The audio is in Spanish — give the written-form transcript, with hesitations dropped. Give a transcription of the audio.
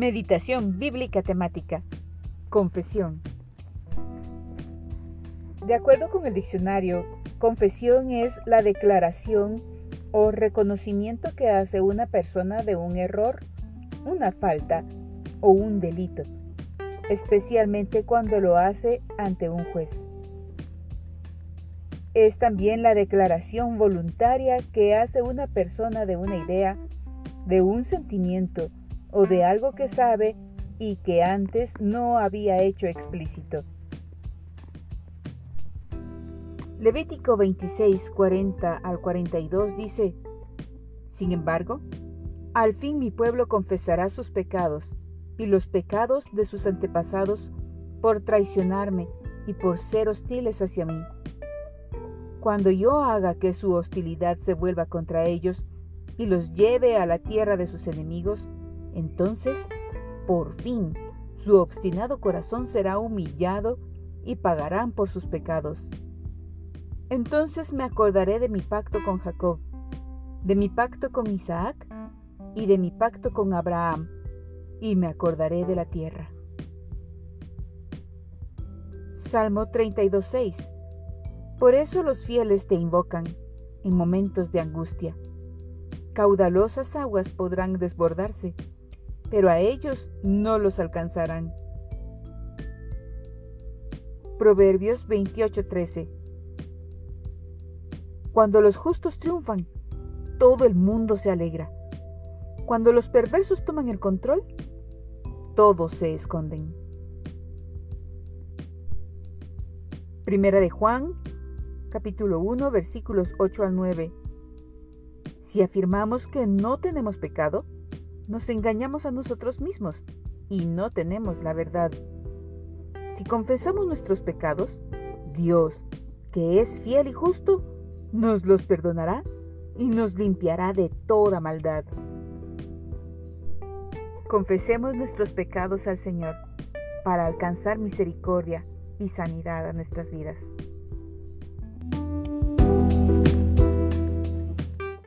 Meditación bíblica temática. Confesión. De acuerdo con el diccionario, confesión es la declaración o reconocimiento que hace una persona de un error, una falta o un delito, especialmente cuando lo hace ante un juez. Es también la declaración voluntaria que hace una persona de una idea, de un sentimiento o de algo que sabe y que antes no había hecho explícito. Levítico 26, 40 al 42 dice: Sin embargo, al fin mi pueblo confesará sus pecados y los pecados de sus antepasados por traicionarme y por ser hostiles hacia mí. Cuando yo haga que su hostilidad se vuelva contra ellos y los lleve a la tierra de sus enemigos, entonces, por fin, su obstinado corazón será humillado y pagarán por sus pecados. Entonces me acordaré de mi pacto con Jacob, de mi pacto con Isaac y de mi pacto con Abraham, y me acordaré de la tierra. Salmo 32:6. Por eso los fieles te invocan en momentos de angustia. Caudalosas aguas podrán desbordarse, pero a ellos no los alcanzarán. Proverbios 28:13. Cuando los justos triunfan, todo el mundo se alegra. Cuando los perversos toman el control, todos se esconden. Primera de Juan, capítulo 1, versículos 8 al 9. Si afirmamos que no tenemos pecado, nos engañamos a nosotros mismos y no tenemos la verdad. Si confesamos nuestros pecados, Dios, que es fiel y justo, nos los perdonará y nos limpiará de toda maldad. Confesemos nuestros pecados al Señor para alcanzar misericordia y sanidad a nuestras vidas.